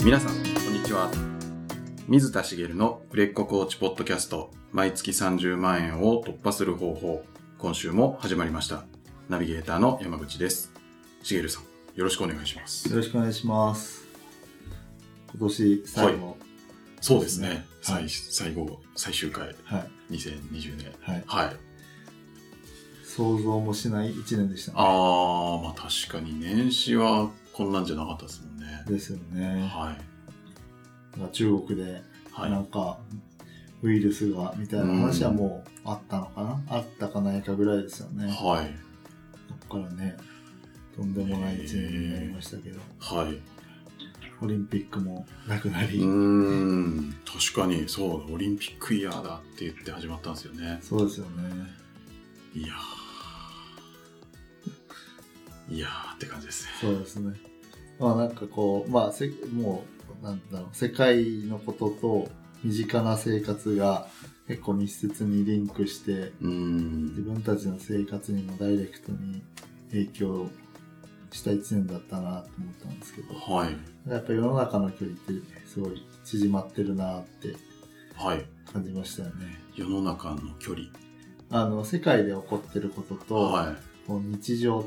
皆さんこんにちは。水田茂の売れっ子コーチポッドキャスト、毎月30万円を突破する方法、今週も始まりました。ナビゲーターの山口です。茂さん、よろしくお願いします。 よろしくお願いします。今年最後、 はい、そうですね、 はい、 最終回、はい、2020年、 はいはい、 想像もしない1年でしたね。 まあ確かに年始はこんなんじゃなかったですもんね。 ですよね。 はい。 中国でなんかウイルスがみたいな話はもうあったのかな、あったかないかぐらいですよね。 はい。 だからね、とんでもない1年になりましたけど、 はい。 オリンピックもなくなり、 確かにそうオリンピックイヤーだって言って始まったんですよね。 そうですよね。 いやーって感じですね。 そうですね。まあなんかこう、もうなんだろう、世界のことと身近な生活が結構密接にリンクして、自分たちの生活にもダイレクトに影響した1年だったなと思ったんですけど、 はい。 やっぱり世の中の距離ってすごい縮まってるなって感じましたよね。 世の中の距離。 世界で起こってることと、 はい。 日常って、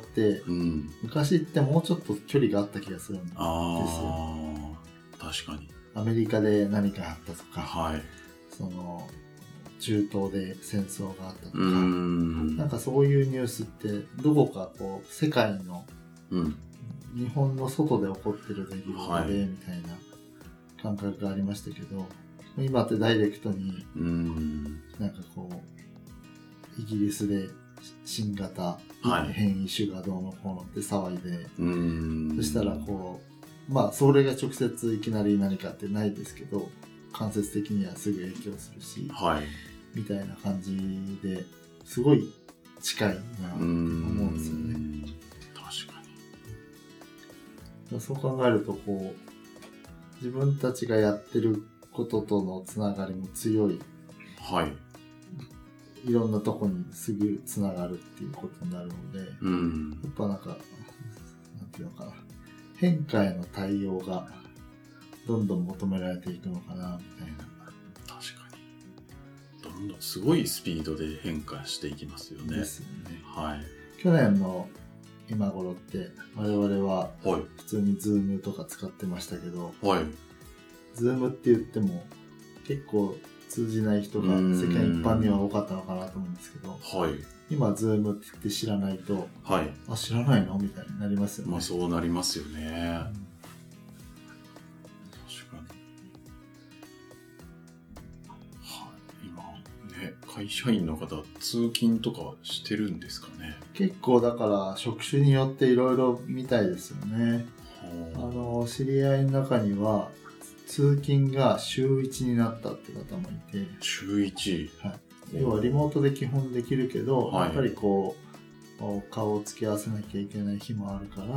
昔ってもうちょっと距離があった気がするんですよ。 確かに。 アメリカで何かあったとか、 はい、 中東で戦争があったとか、なんかそういうニュースってどこかこう世界の、日本の外で起こってる出来事でみたいな感覚がありましたけど、今ってダイレクトになんかこうイギリスで新型変異種がどうのこうのって騒いで、そしたらこうそれが直接いきなり何かってないですけど、間接的にはすぐ影響するし、みたいな感じですごい近いなと思うんですよね。 確かに。そう考えるとこう自分たちがやってることとのつながりも強い。いろんなとこにすぐつながるっていうことになるので、やっぱなんていうのかな、変化への対応がどんどん求められていくのかなみたいな。 確かに。どんどんすごいスピードで変化していきますよね。 ですよね。 はい。 去年の今頃って我々は普通に Zoom とか使ってましたけど、Zoom って言っても結構通じない人が世間一般には多かったのかなと思うんですけど、今 Zoom って言って知らないと、知らないのみたいになりますよね。 そうなりますよね。確かに。今ね、会社員の方通勤とかしてるんですかね。 結構だから職種によっていろいろみたいですよね。知り合いの中には通勤が週1になったって方もいて。 週 1？ 要はリモートで基本できるけど、やっぱりこう顔を付き合わせなきゃいけない日もあるから、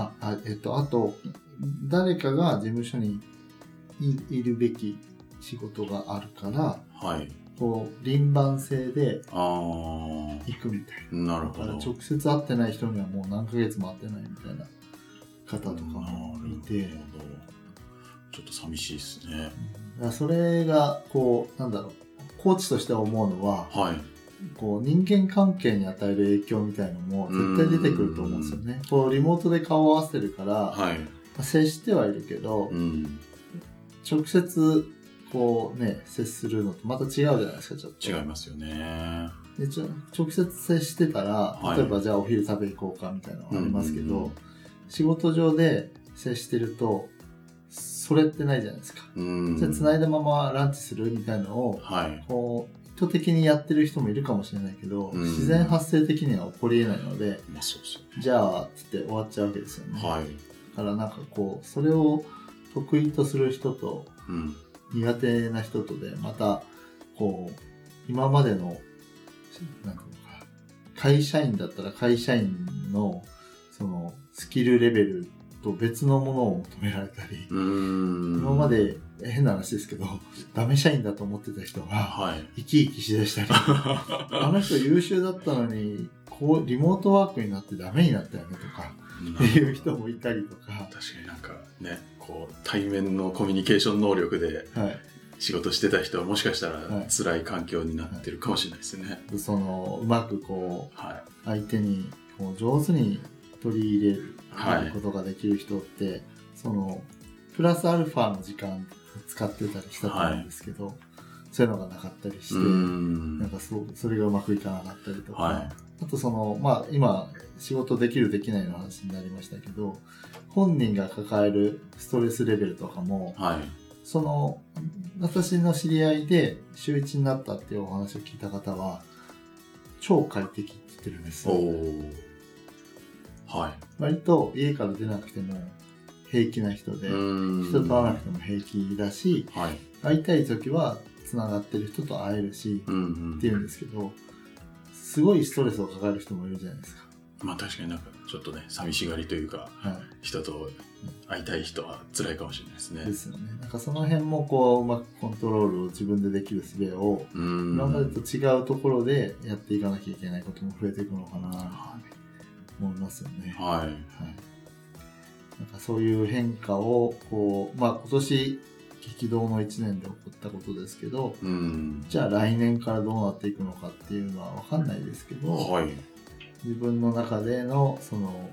あと誰かが事務所に いるべき仕事があるから、こう輪番制で行くみたいな。 なるほど。 だから直接会ってない人にはもう何ヶ月も会ってないみたいな方とかもいて、 ちょっと寂しいですね。 それがこうコーチとして思うのは、こう人間関係に与える影響みたいのも絶対出てくると思うんですよね。こうリモートで顔を合わせてるから、接してはいるけど、直接こうね接するのとまた違うじゃないですか。ちょっと違いますよね。 で直接接してたら、例えばじゃあお昼食べ行こうかみたいなのがありますけど、仕事上で接してるとそれってないじゃないですか。じゃあ繋いだままランチするみたいなのを、こう意図的にやってる人もいるかもしれないけど、自然発生的には起こり得ないので、じゃあって終わっちゃうわけですよね。だからなんかこうそれを得意とする人と苦手な人とでまたこう今までのなんていうのか、会社員だったら会社員のそのスキルレベルと別のものを求められたり、今まで変な話ですけどダメ社員だと思ってた人が生き生きしだしたり、あの人優秀だったのにこうリモートワークになってダメになったよねとかっていう人もいたりとか、 確かになんかね、 こう対面のコミュニケーション能力で仕事してた人はもしかしたら辛い環境になってるかもしれないですね。 そのうまくこう、相手にこう上手に取り入れることができる人って、そのプラスアルファの時間使ってたりしたと思うんですけど、そういうのがなかったりして、なんかそれがうまくいかなかったりとか、あとその今仕事できるできないの話になりましたけど、本人が抱えるストレスレベルとかも、その私の知り合いで週1になったっていうお話を聞いた方は超快適って言ってるんです。割と家から出なくても平気な人で、人と会わなくても平気だし、会いたい時はつながってる人と会えるし、っていうんですけど、すごいストレスを抱える人もいるじゃないですか。 確かになんかちょっとね、寂しがりというか、人と会いたい人は辛いかもしれないですね。 ですよね。なんかその辺もこう、うまくコントロールを自分でできる術を、今までと違うところでやっていかなきゃいけないことも増えていくのかなと思いますよね。なんかそういう変化をこう、今年激動の1年で起こったことですけど、じゃあ来年からどうなっていくのかっていうのは分かんないですけど、自分の中でのその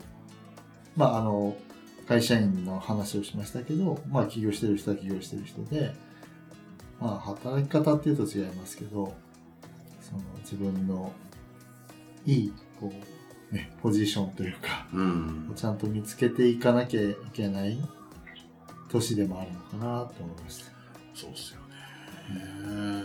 会社員の話をしましたけど、起業してる人は起業してる人で、働き方っていうと違いますけど、その自分のいいこう、ポジションというか、ちゃんと見つけていかなきゃいけない年でもあるのかなと思いました。 そうですよね。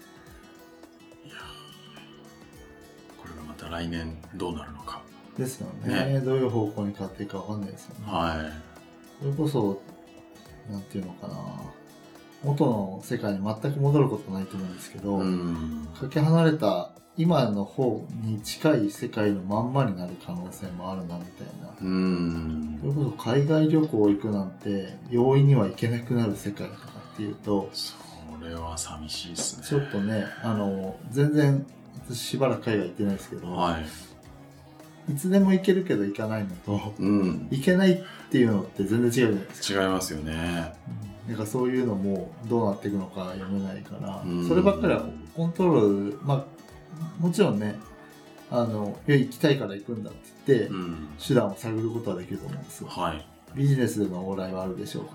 これがまた来年どうなるのかですよね。どういう方向に変わっていくかわかんないですよね。それこそなんていうのかな、元の世界に全く戻ることはないと思うんですけど、かけ離れた今の方に近い世界のまんまになる可能性もあるなみたいな。それこそ海外旅行行くなんて容易には行けなくなる世界とかっていうと、 それは寂しいですね。 ちょっとね、全然私しばらく海外行ってないですけど、いつでも行けるけど行かないのと、行けないっていうのって全然違うじゃないですか。 違いますよね。 なんかそういうのもどうなっていくのか読めないから、そればっかりはコントロール、もちろんね、行きたいから行くんだって言って、手段を探ることはできると思うんですよ。ビジネスでの往来はあるでしょうから、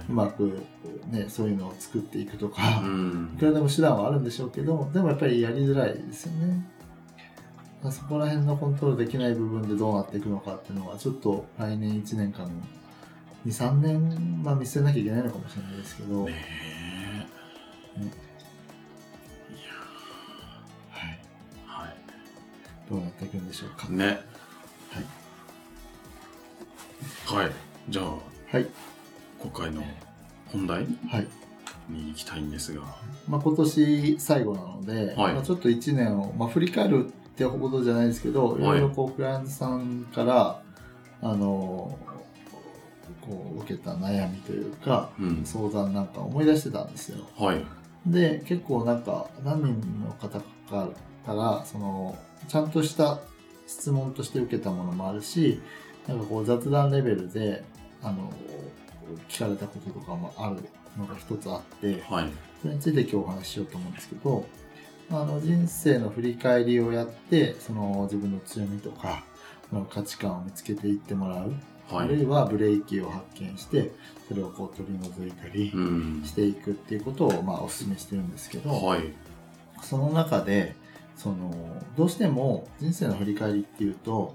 うまく、ね、そういうのを作っていくとか、いくらでも手段はあるんでしょうけど、でもやっぱりやりづらいですよね。そこら辺のコントロールできない部分でどうなっていくのかっていうのは、ちょっと来年1年間、2、3年は見据えなきゃいけないのかもしれないですけど、どうなっていくんでしょうか。 じゃあ、今回の本題に行きたいんですが、 今年最後なので、ちょっと1年を、振り返るってほどじゃないですけど、いろいろこうクライアントさんからこう受けた悩みというか、相談なんか思い出してたんですよ。で、結構なんか何人の方からそのちゃんとした質問として受けたものもあるし、なんかこう雑談レベルで聞かれたこととかもあるのが一つあって、それについて今日お話ししようと思うんですけど、人生の振り返りをやって、その自分の強みとか価値観を見つけていってもらう、あるいはブレーキを発見してそれをこう取り除いたりしていくっていうことをお勧めしてるんですけど、その中でどうしても人生の振り返りっていうと、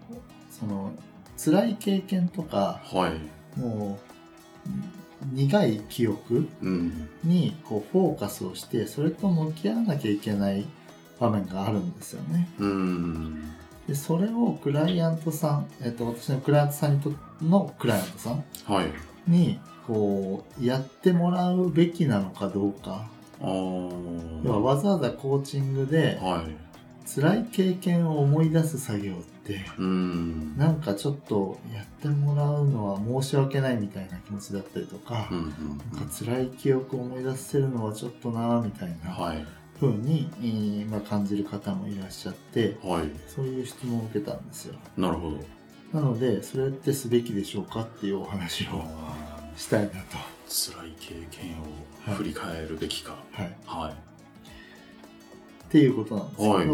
辛い経験とか、もう苦い記憶にこうフォーカスをして、それと向き合わなきゃいけない場面があるんですよね。でそれをクライアントさん、私のクライアントさんのクライアントさんにこうやってもらうべきなのかどうか。要はわざわざコーチングで辛い経験を思い出す作業ってなんかちょっとやってもらうのは申し訳ないみたいな気持ちだったりとか、なんか辛い記憶を思い出せるのはちょっとなみたいな風に感じる方もいらっしゃって、そういう質問を受けたんですよ。 なるほど。 なのでそれってすべきでしょうかっていうお話をしたいなと。 辛い経験を振り返るべきか。 はい。 はい。 っていうことなんですけど、 はい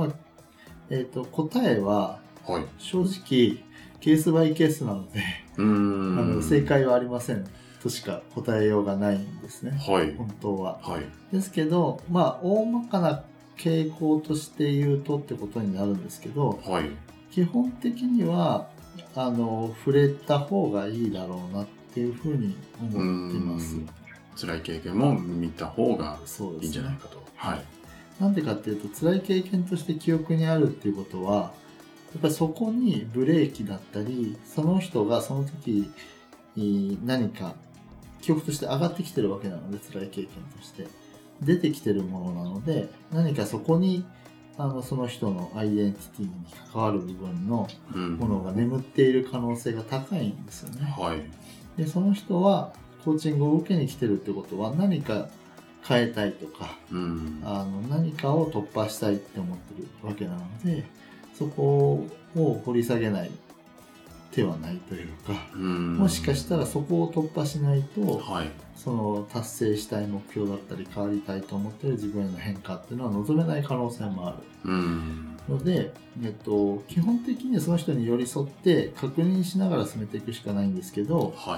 答えは、 はい、 正直、ケースバイケースなので、正解はありませんとしか答えようがないんですね。 はい、 本当は。 はい、 ですけど、大まかな傾向として言うとってことになるんですけど、 はい、 基本的には触れた方がいいだろうなっていうふうに思ってます。 辛い経験も見た方がいいんじゃないかと。はい。 なんでかっていうと、辛い経験として記憶にあるっていうことは、やっぱりそこにブレーキだったり、その人がその時何か記憶として上がってきてるわけなので、辛い経験として出てきてるものなので、何かそこにその人のアイデンティティに関わる部分のものが眠っている可能性が高いんですよね。 はい。 で、その人はコーチングを受けに来てるってことは、何か変えたいとか、何かを突破したいって思ってるわけなので、そこを掘り下げない手はないというか、もしかしたらそこを突破しないと、はい、その達成したい目標だったり変わりたいと思っている自分への変化っていうのは望めない可能性もあるので、基本的にはその人に寄り添って確認しながら進めていくしかないんですけど、はい、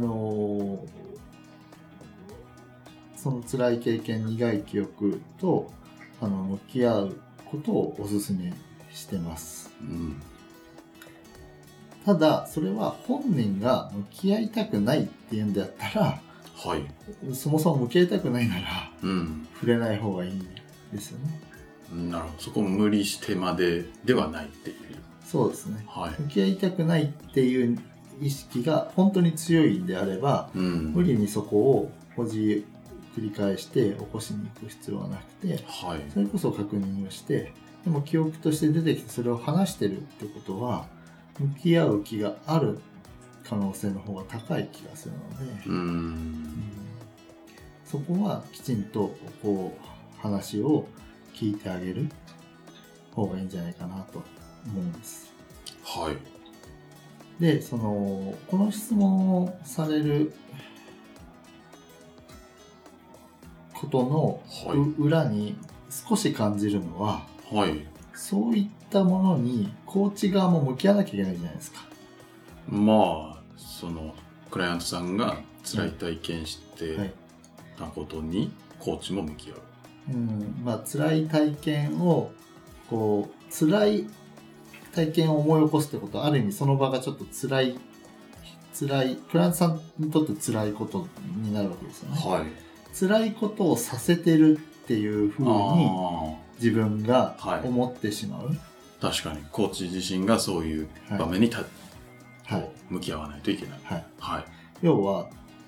その辛い経験、苦い記憶と向き合うことをお勧めしてます。ただそれは本人が向き合いたくないっていうんであったら、はい、そもそも向き合いたくないなら、触れない方がいいですよね。 なるほど。そこも無理してまでではないっていう。 そうですね。はい、向き合いたくないっていう意識が本当に強いんであれば、無理にそこを繰り返して起こしに行く必要はなくて、はい、それこそ確認をして、でも記憶として出てきてそれを話してるってことは、向き合う気がある可能性の方が高い気がするので、そこはきちんと話を聞いてあげる方がいいんじゃないかなと思うんです。 はい。 で、この質問をされることの裏に少し感じるのは、はい、そういったものにコーチ側も向き合わなきゃいけないじゃないですか。 クライアントさんが辛い体験してたことにコーチも向き合う。 辛い体験を辛い体験を思い起こすってことは、ある意味その場がちょっと辛いクライアントさんにとって辛いことになるわけですよね。はい、辛いことをさせてるっていうふうに自分が思ってしまう。 確かにコーチ自身がそういう場面に向き合わないといけない。はいはい、要は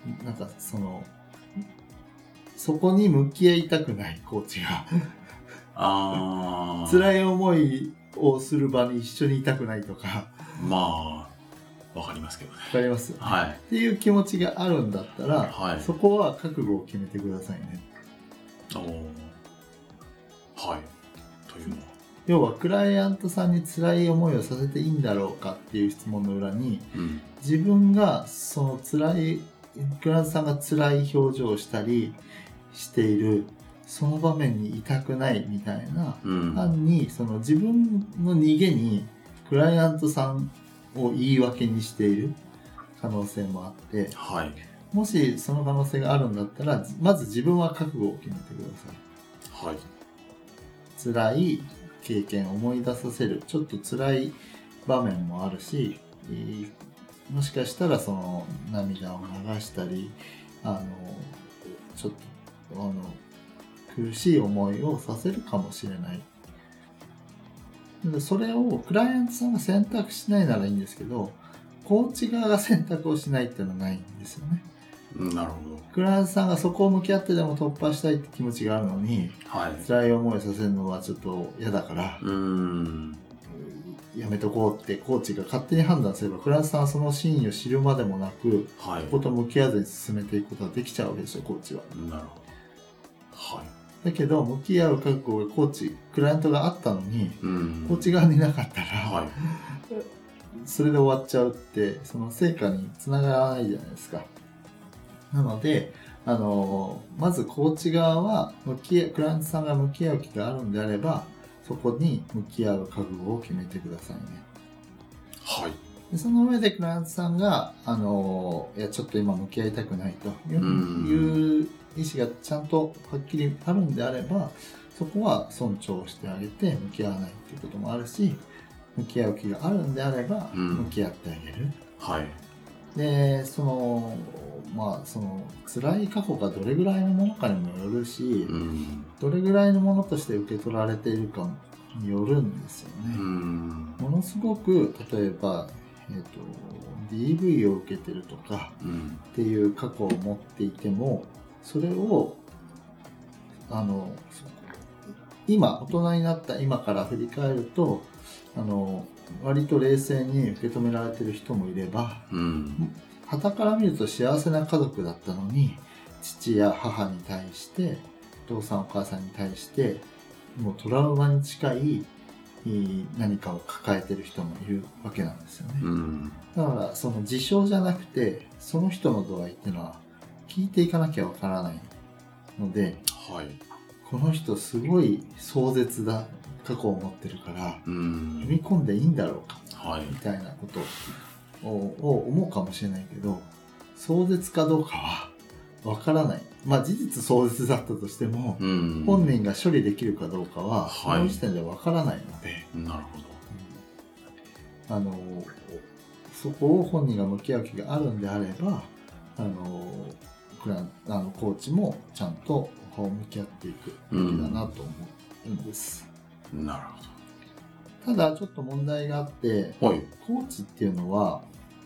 そこに向き合いたくないコーチが辛い思いをする場に一緒にいたくないとか、 わかりますけどね。 わかります、はい、っていう気持ちがあるんだったら、はい、そこは覚悟を決めてくださいね。 はい。というのは、 要はクライアントさんに辛い思いをさせていいんだろうかっていう質問の裏に、自分がそのクライアントさんが辛い表情をしたりしているその場面にいたくないみたいな、単にその自分の逃げにクライアントさんを言い訳にしている可能性もあって、はい、もしその可能性があるんだったら、まず自分は覚悟を決めてください。はい、辛い経験を思い出させる、ちょっと辛い場面もあるし、もしかしたらその涙を流したり、ちょっと苦しい思いをさせるかもしれない。でそれをクライアントさんが選択しないならいいんですけど、コーチ側が選択をしないっていうのはないんですよね。 なるほど。 クライアントさんがそこを向き合ってでも突破したいって気持ちがあるのに、はい、辛い思いさせるのはちょっと嫌だからやめとこうってコーチが勝手に判断すれば、クライアントさんはその真意を知るまでもなく、はい、そこと向き合わずに進めていくことができちゃうわけですよ、コーチは。 なるほど。はい。 だけど向き合う覚悟がクライアントがあったのに、コーチ側になかったら、はい、それで終わっちゃうって、その成果につながらないじゃないですか。 なので、まずコーチ側はクライアントさんが向き合う気があるんであれば、そこに向き合う覚悟を決めてくださいね。 はい。 でその上でクライアントさんが、いや、ちょっと今向き合いたくないという意思がちゃんとはっきりあるんであれば、そこは尊重してあげて向き合わないっていうこともあるし、向き合う気があるんであれば、向き合ってあげる。 はい。 で、辛い過去がどれぐらいのものかにもよるし、どれぐらいのものとして受け取られているかによるんですよね。ものすごく、例えば、DV を受けてるとかっていう過去を持っていても、それを今大人になった今から振り返ると割と冷静に受け止められてる人もいれば、傍から見ると幸せな家族だったのに、父や母に対してお父さんお母さんに対してもうトラウマに近い何かを抱えてる人もいるわけなんですよね。だからその事象じゃなくて、その人の度合いっていうのは聞いていかなきゃわからないので、 はい、 この人すごい壮絶な過去を持ってるから踏み込んでいいんだろうか、みたいなことを思うかもしれないけど、壮絶かどうかはわからない。まあ事実壮絶だったとしても、本人が処理できるかどうかはその時点でわからないので、 なるほど。そこを本人が向き合う気があるんであれば、コーチもちゃんと向き合っていくべきだなと思うんです。 なるほど。ただちょっと問題があって、コーチっていうのは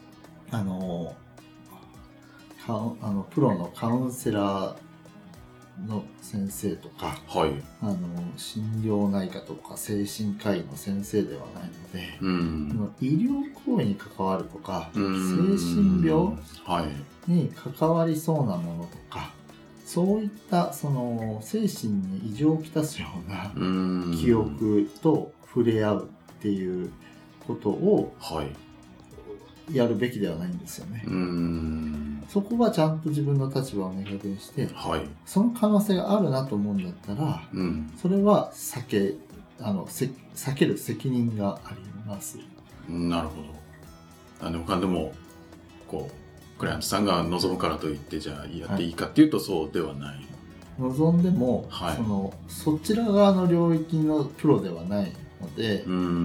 プロのカウンセラーの先生とか、心療内科とか精神科医の先生ではないので、医療行為に関わるとか、精神病に関わりそうなものとか、そういったその精神に異常をきたすような記憶と触れ合うっていうことをやるべきではないんですよね。そこはちゃんと自分の立場を明確にして、その可能性があるなと思うんだったら、それは避ける責任があります。 なるほど。他でもクライアントさんが望むからといってじゃあやっていいかっていうとそうではない。 望んでも、そちら側の領域のプロではないので、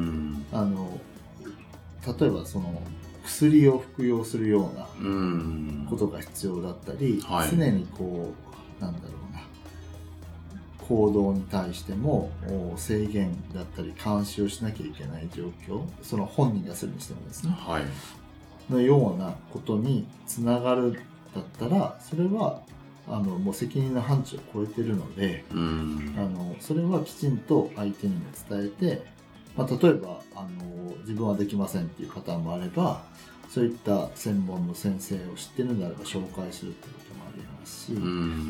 例えばその薬を服用するようなことが必要だったり、常に行動に対しても制限だったり監視をしなきゃいけない状況、その本人がするにしてもですね、のようなことにつながるだったら、それはもう責任の範疇を超えてるので、それはきちんと相手にも伝えて、例えば自分はできませんっていうパターンもあれば、そういった専門の先生を知ってるのであれば紹介するってこともありますし、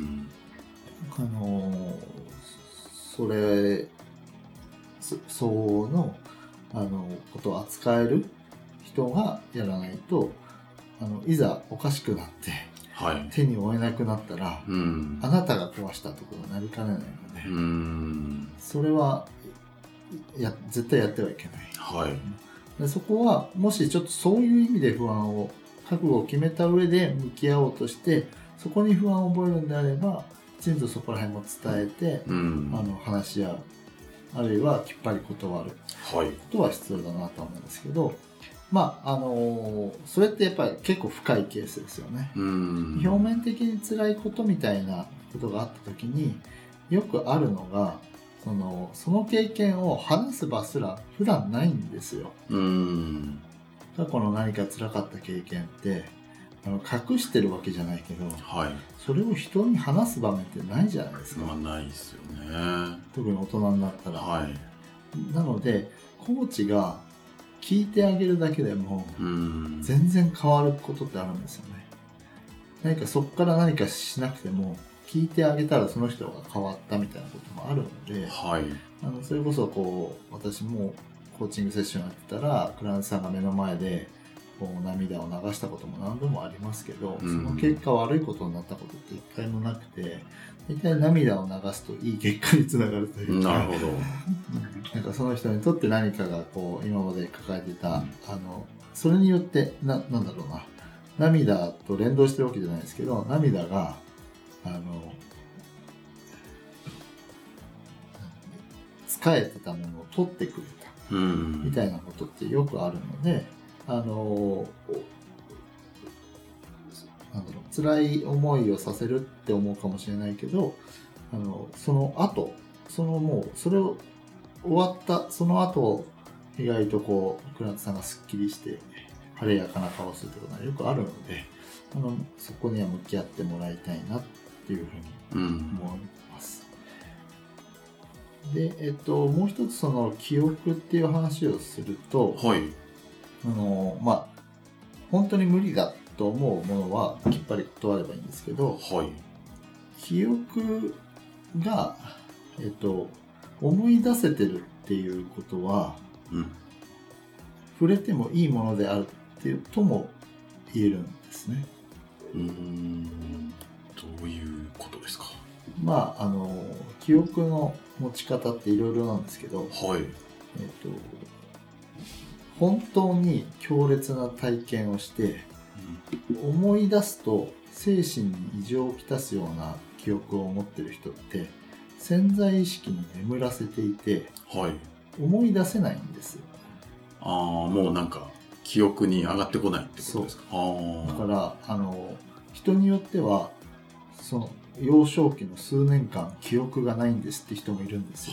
そのことを扱える人がやらないと、いざおかしくなって、手に負えなくなったら、あなたが壊したところになりかねないので、それは絶対やってはいけない。でそこはもしちょっとそういう意味で覚悟を決めた上で向き合おうとして、そこに不安を覚えるんであれば、きちんとそこら辺も伝えて、話し合う、あるいはきっぱり断ることは必要だなと思うんですけど、それってやっぱり結構深いケースですよね。表面的に辛いことみたいなことがあった時によくあるのが、その経験を話す場すら普段ないんですよ。過去の何か辛かった経験って隠してるわけじゃないけど、それを人に話す場面ってないじゃないですか。 ないですよね。 特に大人になったら。なのでコーチが聞いてあげるだけでも全然変わることってあるんですよね。何かそこから何かしなくても聞いてあげたらその人が変わったみたいなこともあるので、それこそ私もコーチングセッションやってたら、クライアントさんが目の前でこう涙を流したことも何度もありますけど、その結果悪いことになったことって一回もなくて、大体涙を流すといい結果につながるというか、 なるほど。 なんかその人にとって何かがこう今まで抱えていた、それによってなんだろうな、涙と連動してるわけじゃないですけど、涙が使えてたものを取ってくれたみたいなことってよくあるので、辛い思いをさせるって思うかもしれないけど、その後、もうそれを終わったその後、意外とこう倉田さんがすっきりして晴れやかな顔をするってことがよくあるので、そこには向き合ってもらいたいなっていうふうに思います。で、もう一つその記憶っていう話をすると、 はい、 本当に無理だと思うものはきっぱり断ればいいんですけど、 はい、 記憶が、思い出せてるっていうことは、触れてもいいものであるっていうとも言えるんですね。 どういうことですか？ 記憶の持ち方っていろいろなんですけど、 はい、 本当に強烈な体験をして、思い出すと精神に異常をきたすような記憶を持ってる人って潜在意識に眠らせていて、 はい、 思い出せないんですよ。 もうなんか記憶に上がってこないってことですか？ だから人によってはその幼少期の数年間記憶がないんですって人もいるんですよ。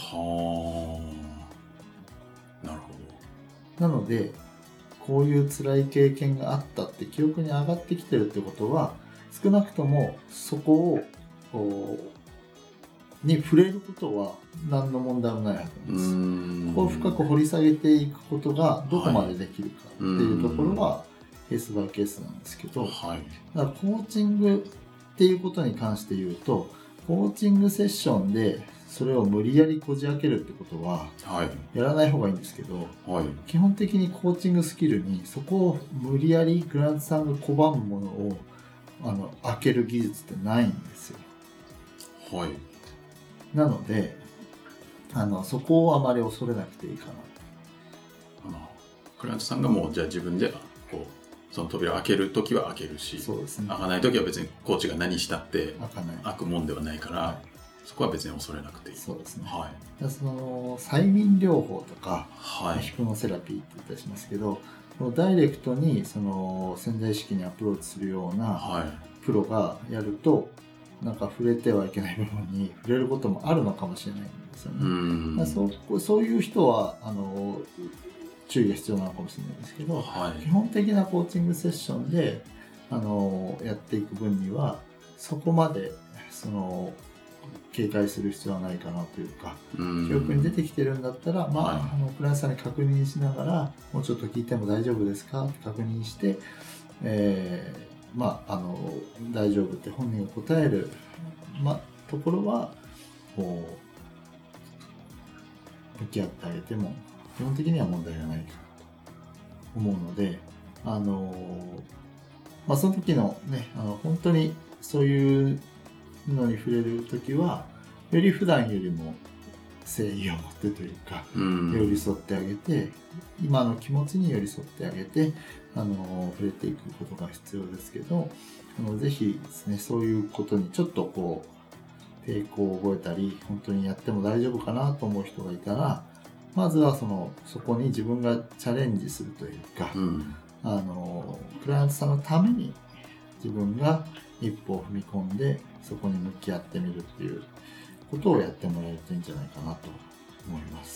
なるほど。なのでこういう辛い経験があったって記憶に上がってきてるってことは、少なくともそこをに触れることは何の問題もないはずなんです。ここを深く掘り下げていくことがどこまでできるかっていうところはケースバイケースなんですけど、だからコーチングっていうことに関して言うと、コーチングセッションでそれを無理やりこじ開けるってことはやらない方がいいんですけど、基本的にコーチングスキルにそこを無理やりクライアントさんが拒むものを開ける技術ってないんですよ。なのでそこをあまり恐れなくていいかな。 クライアントさんがもうじゃあ自分でこうその扉を開けるときは開けるし、 そうですね、 開かないときは別にコーチが何したって開くもんではないから、そこは別に恐れなくていい。 そうですね。その催眠療法とか、ヒプノセラピーって言ったりしますけど、ダイレクトにその潜在意識にアプローチするようなプロがやると、なんか触れてはいけない部分に触れることもあるのかもしれないんですよね。そういう人は注意が必要なのかもしれないですけど、基本的なコーチングセッションでやっていく分にはそこまで警戒する必要はないかなというか、記憶に出てきてるんだったら、クライアントさんに確認しながら、もうちょっと聞いても大丈夫ですかって確認して、大丈夫って本人が答える、ところはこう向き合ってあげても基本的には問題がないかなと思うので、その時のね、本当にそういうのに触れる時はより普段よりも誠意を持ってというか、寄り添ってあげて、今の気持ちに寄り添ってあげて触れていくことが必要ですけど、ぜひですね、そういうことにちょっとこう抵抗を覚えたり、本当にやっても大丈夫かなと思う人がいたら、まずはそこに自分がチャレンジするというか、クライアントさんのために自分が一歩を踏み込んでそこに向き合ってみるっていうことをやってもらえるといいんじゃないかなと思います。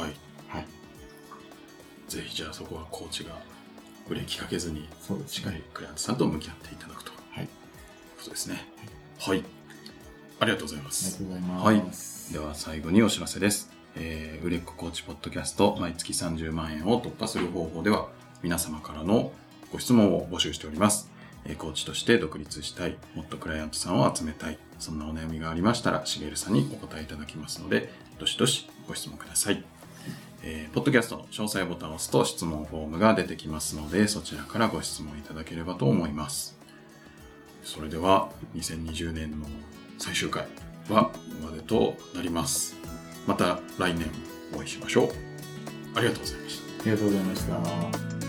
ぜひじゃあそこはコーチがブレーキかけずに、しっかりクライアントさんと向き合っていただくということですね。ありがとうございます。では最後にお知らせです。売れっ子コーチポッドキャスト毎月30万円を突破する方法では、皆様からのご質問を募集しております。コーチとして独立したい、もっとクライアントさんを集めたい、そんなお悩みがありましたらしげるさんにお答えいただきますので、どしどしご質問ください。 ポッドキャストの詳細ボタンを押すと質問フォームが出てきますので、そちらからご質問いただければと思います。それでは2020年の最終回はここまでとなります。また来年お会いしましょう。ありがとうございました。 ありがとうございました。